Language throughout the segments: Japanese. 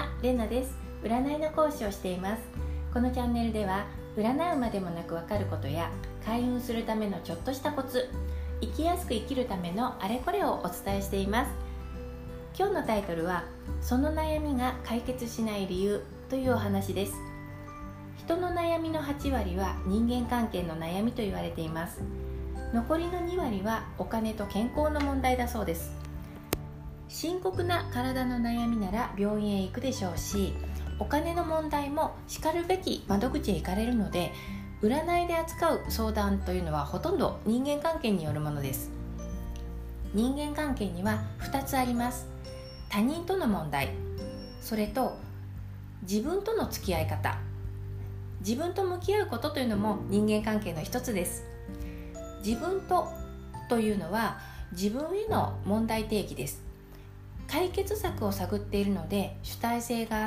は、レナです。占いの講師をしています。このチャンネルでは占うまでもなく分かることや開運するためのちょっとしたコツ、生きやすく生きるためのあれこれをお伝えしています。今日のタイトルはその悩みが解決しない理由というお話です。人の悩みの8割は人間関係の悩みと言われています。残りの2割はお金と健康の問題だそうです。深刻な体の悩みなら病院へ行くでしょうし、お金の問題もしかるべき窓口へ行かれるので、占いで扱う相談というのはほとんど人間関係によるものです。人間関係には2つあります。他人との問題、それと自分との付き合い方。自分と向き合うことというのも人間関係の一つです。自分というのは自分への問題提起です。解決策を探っているので主体性があって、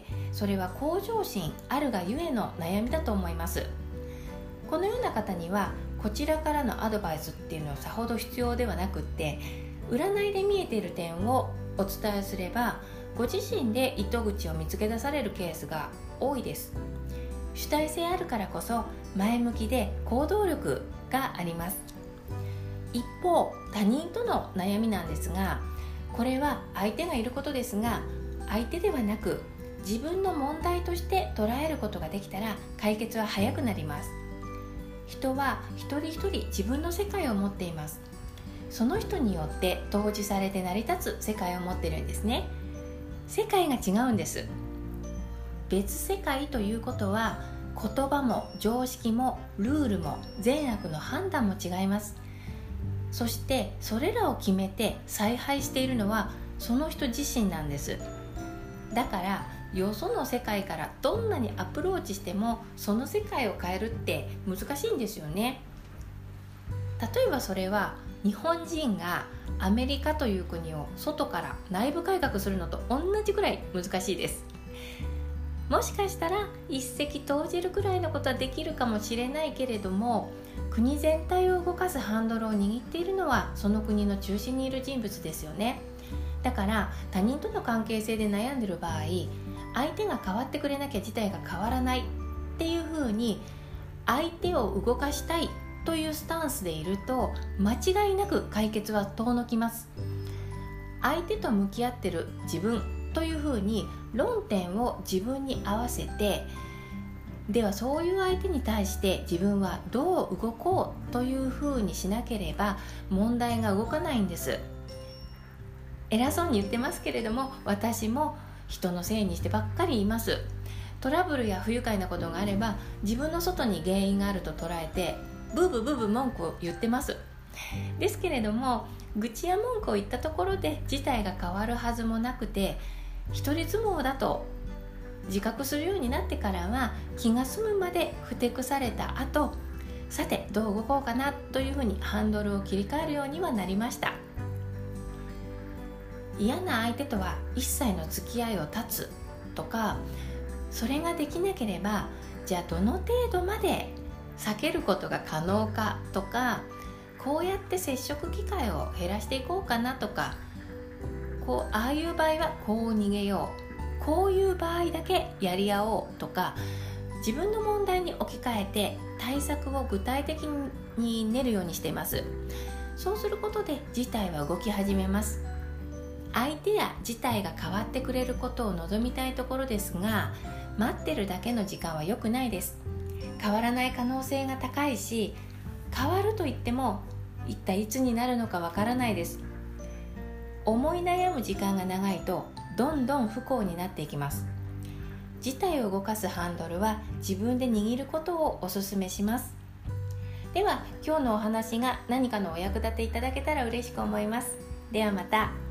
それは向上心あるがゆえの悩みだと思います。このような方にはこちらからのアドバイスっていうのはさほど必要ではなくって、占いで見えている点をお伝えすればご自身で糸口を見つけ出されるケースが多いです。主体性あるからこそ前向きで行動力があります。一方、他人との悩みなんですが、これは相手がいることですが、相手ではなく自分の問題として捉えることができたら解決は早くなります。人は一人一人自分の世界を持っています。その人によって統治されて成り立つ世界を持っているんですね。世界が違うんです。別世界ということは言葉も常識もルールも善悪の判断も違います。そしてそれらを決めて采配しているのはその人自身なんです。だからよその世界からどんなにアプローチしてもその世界を変えるって難しいんですよね。例えばそれは日本人がアメリカという国を外から内部改革するのと同じくらい難しいです。もしかしたら一石投じるくらいのことはできるかもしれないけれども、国全体を動かすハンドルを握っているのはその国の中心にいる人物ですよね。だから他人との関係性で悩んでいる場合、相手が変わってくれなきゃ事態が変わらないっていうふうに相手を動かしたいというスタンスでいると間違いなく解決は遠のきます。相手と向き合ってる自分というふうに論点を自分に合わせて、ではそういう相手に対して自分はどう動こうというふうにしなければ問題が動かないんです。偉そうに言ってますけれども、私も人のせいにしてばっかり言います。トラブルや不愉快なことがあれば自分の外に原因があると捉えてブーブーブーブー文句を言ってます。ですけれども、愚痴や文句を言ったところで事態が変わるはずもなくて、一人相撲だと自覚するようになってからは気が済むまでふてくされた後、さてどう動こうかなというふうにハンドルを切り替えるようにはなりました。嫌な相手とは一切の付き合いを断つとか、それができなければじゃあどの程度まで避けることが可能かとか、こうやって接触機会を減らしていこうかなとか、ああいう場合はこう逃げよう、こういう場合だけやり合おうとか、自分の問題に置き換えて対策を具体的に練るようにしています。そうすることで事態は動き始めます。相手や事態が変わってくれることを望みたいところですが、待ってるだけの時間は良くないです。変わらない可能性が高いし、変わると言っても一体いつになるのかわからないです。思い悩む時間が長いとどんどん不幸になっていきます。事態を動かすハンドルは自分で握ることをお勧めします。では今日のお話が何かのお役立ていただけたら嬉しく思います。ではまた。